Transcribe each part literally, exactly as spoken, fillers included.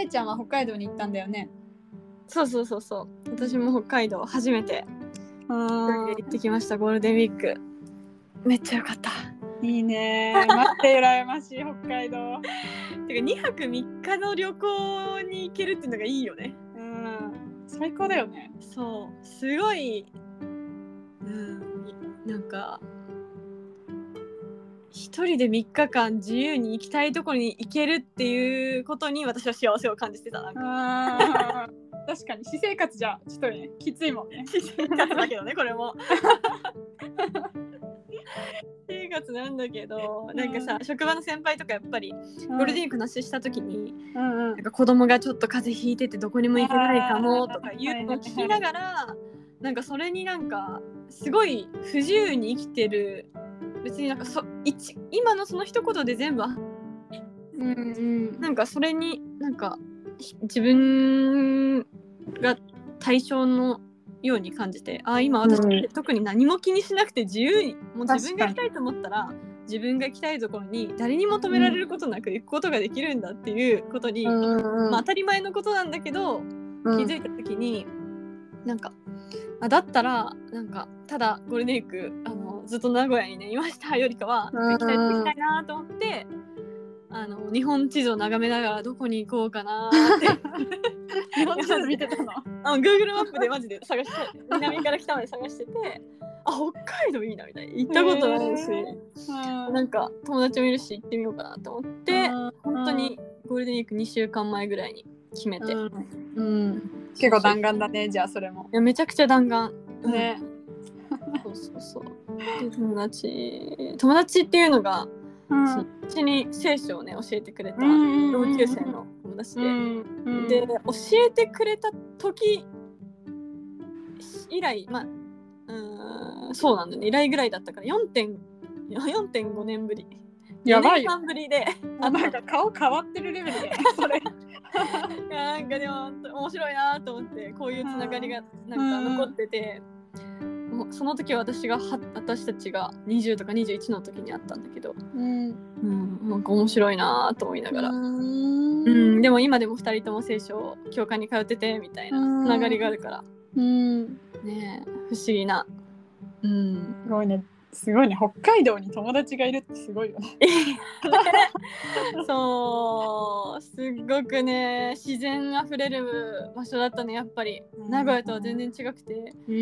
姉ちゃんは北海道に行ったんだよね。 そうそうそうそう。私も北海道初めて行ってきました。ゴールデンウィークめっちゃ良かった。 いいね。待って羨ましい北海道。 てかにはくみっかの旅行に行けるっていうのがいいよね。 うん、最高だよね。 そうすごい、うん、なんか一人でみっかかん自由に行きたいところに行けるっていうことに私は幸せを感じてた。なんかあ確かに私生活じゃちょっとねきついもんね。 私生活だけどねこれも生活なんだけど、なんかさ、うん、職場の先輩とかやっぱりゴールデンウィークの話した時に、うんうん、なんか子供がちょっと風邪ひいててどこにも行けないかもとかいうのを聞きながら、なんかそれになんかすごい不自由に生きてる、別になんかそ一今のその一言で全部、うんうん、なんかそれになんか自分が対象のように感じて、あ今私って特に何も気にしなくて自由に、もう自分が行きたいと思ったら自分が行きたいところに誰にも止められることなく行くことができるんだっていうことに、うんまあ、当たり前のことなんだけど、うん、気づいた時になんかあだったらなんかただゴールデンウィークあのずっと名古屋にねいましたよりかは行きたいとこ行きたいなと思って、あの日本地図を眺めながらどこに行こうかなって日本地図見てたのあ Google マップでマジで探して南から北まで探しててあ北海道いいなみたいな、行ったことないし、なんか友達もいるし行ってみようかなと思って本当にゴールデンウィークにしゅうかんまえぐらいに決めて、うんうん、結構弾丸だね。じゃあそれもいやめちゃくちゃ弾丸ね、 うん、そうそうそうで友達友達っていうのがうん、そっちに聖書をね教えてくれた同級生の友達で、うんうん、で教えてくれた時以来まあうーんそうなんだね以来ぐらいだったから よんてんご 年ぶりやばいよよねんかんぶりであなんか顔変わってるレベルでそれいやなんかでも面白いなと思ってこういうつながりがなんか残ってて、うん、その時は私がは私たちがにじゅうとかにじゅういちの時にあったんだけど、うんうん、なんか面白いなと思いながら、うんうん、でも今でもふたりとも聖書教会に通っててみたいなつながりがあるから、うんね、不思議な、うん、 すごいねすごいね北海道に友達がいるってすごいよねそうすっごくね自然あふれる場所だったねやっぱり、うん、名古屋とは全然違くて、うん、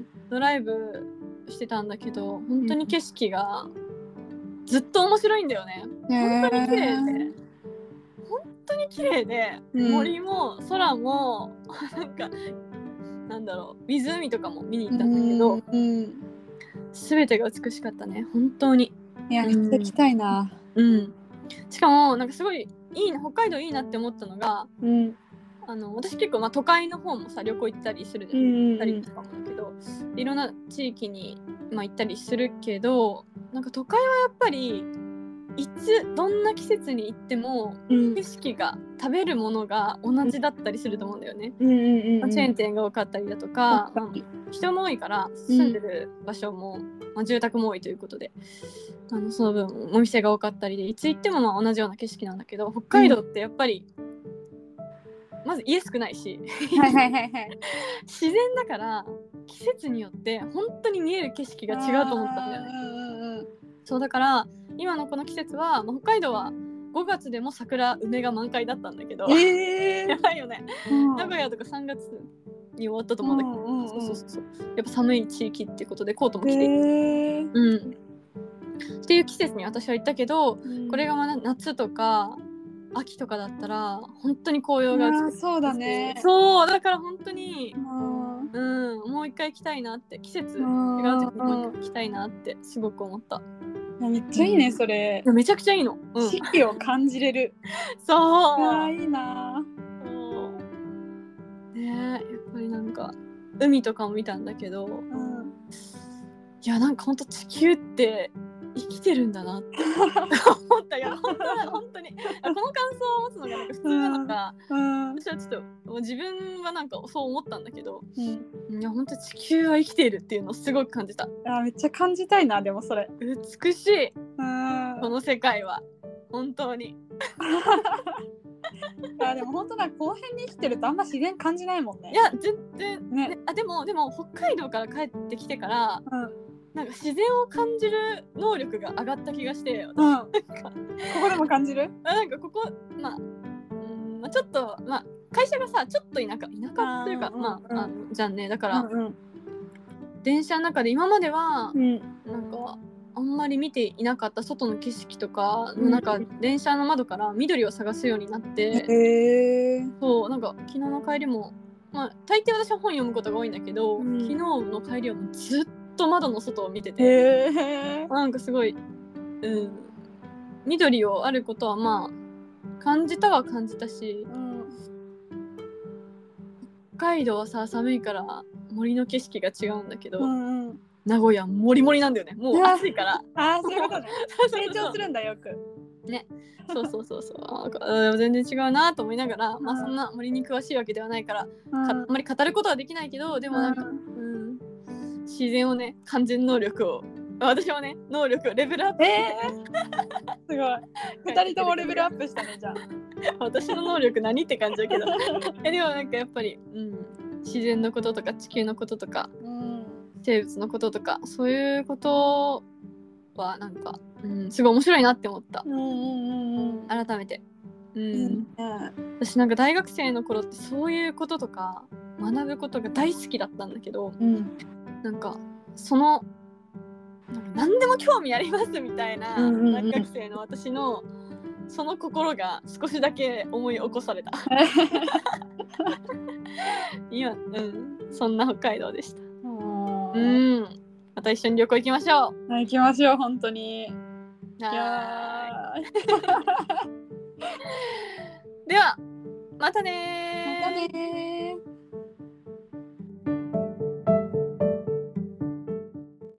ドライブしてたんだけど本当に景色がずっと面白いんだよね、うん、本当に綺麗で本当に綺麗で、うん、森も空もなんかなんだろう湖とかも見に行ったんだけど、うんうん全てが美しかったね本当に。 いやめっちゃ行きたいな、 うん、うん、しかもなんかすごいいいな北海道いいなって思ったのが、うん、あの私結構まあ都会の方もさ旅行行ったりするじゃん、うんうん、行ったりとかもだけどいろんな地域に、まあ、行ったりするけどなんか都会はやっぱりいつどんな季節に行っても、うん、景色が食べるものが同じだったりすると思うんだよね、うんうんうんうん、チェーン店が多かったりだとか、まあ、人も多いから住んでる場所も、うんまあ、住宅も多いということであのその分お店が多かったりでいつ行ってもまあ同じような景色なんだけど北海道ってやっぱり、うん、まず家少ないしはいはいはい、はい、自然だから季節によって本当に見える景色が違うと思ったんだよね、うんうん、そうだから今のこの季節は、まあ、北海道はごがつでも桜梅が満開だったんだけど、えー、やばいよね、うん、名古屋とかさんがつに終わったと思うんだけど、うんうんうん、そうそうそうやっぱ寒い地域っていうことでコートも着て、えー、うんっていう季節に私は行ったけど、うん、これがまだ夏とか秋とかだったら本当に紅葉が美しい。 そうだね。 そうだから本当に、うん、うん、もう一回行きたいなって季節違う時にもう一回行きたいなってすごく思った。 めっちゃいいね、うん、それ。 いやめちゃくちゃいいの。 うん、四季を感じれる。 そう。 あいいな。 そうねやっぱりなんか海とかも見たんだけど、うん、いやなんか本当地球って生きてるんだなって思ったよ本当だ本当にこの感想を持つのがなんか普通なのか、うん、私はちょっともう自分はなんかそう思ったんだけど、うん、いや本当地球は生きているっていうのをすごく感じた。 あめっちゃ感じたいなでもそれ美しい、うん、この世界は本当にあでも本当なんかこの辺に生きてるとあんま自然感じないもんね。 いや全然ね。 ね、あでもでも北海道から帰ってきてから、 うん、 なんか自然を感じる能力が上がった気がして、私、 うん、 なんかここでも感じる？ あなんかここまあ、うんまあ、ちょっとまあ会社がさちょっと田舎田舎というかあまあ、 うん、 あのじゃんねだから、 うんうん、 電車の中で今までは、 うん、 なんかあんまり見ていなかった外の景色とか、 うん、 なんか電車の窓から緑を探すようになって、 へー、 そうなんか昨日の帰りも、まあ、大抵私は本読むことが多いんだけど、 うん、 昨日の帰りはもうずっと窓の外を見てて、 へー、 なんかすごい、うん、緑をあることはまあ感じたは感じたし、 うん、 北海道はさ寒いから森の景色が違うんだけど、 うんうん、 名古屋モリモリなんだよね。もう暑いから。 ああそういうことね。 そうそうそう成長するんだよく。 ね、そうそうそうそうあー全然違うなと思いながら、まあうんそんな森に詳しいわけではないから、 うん、 かあんまり語ることはできないけど、でもなんか、 うんうん、自然をね完全能力を私もね能力をレベルアップして、 えー、すごい。二人ともレベルアップしたねじゃあ。 私の能力何って感じだけどえでもなんかやっぱり、うん、自然のこととか地球のこととか、 うん、 生物のこととかそういうことはなんか、うん、すごい面白いなって思った、 うんうんうん、 改めて、うん、 いいね。 私なんか大学生の頃ってそういうこととか学ぶことが大好きだったんだけど、 うん、 なんかそのなんか何でも興味ありますみたいなうんうんうん大学生の私のその心が少しだけ思い起こされた今、うん、そんな北海道でした。 ううんん、また一緒に旅行行きましょう。 行きましょう本当に。いはやーいではまたねー。 またねー。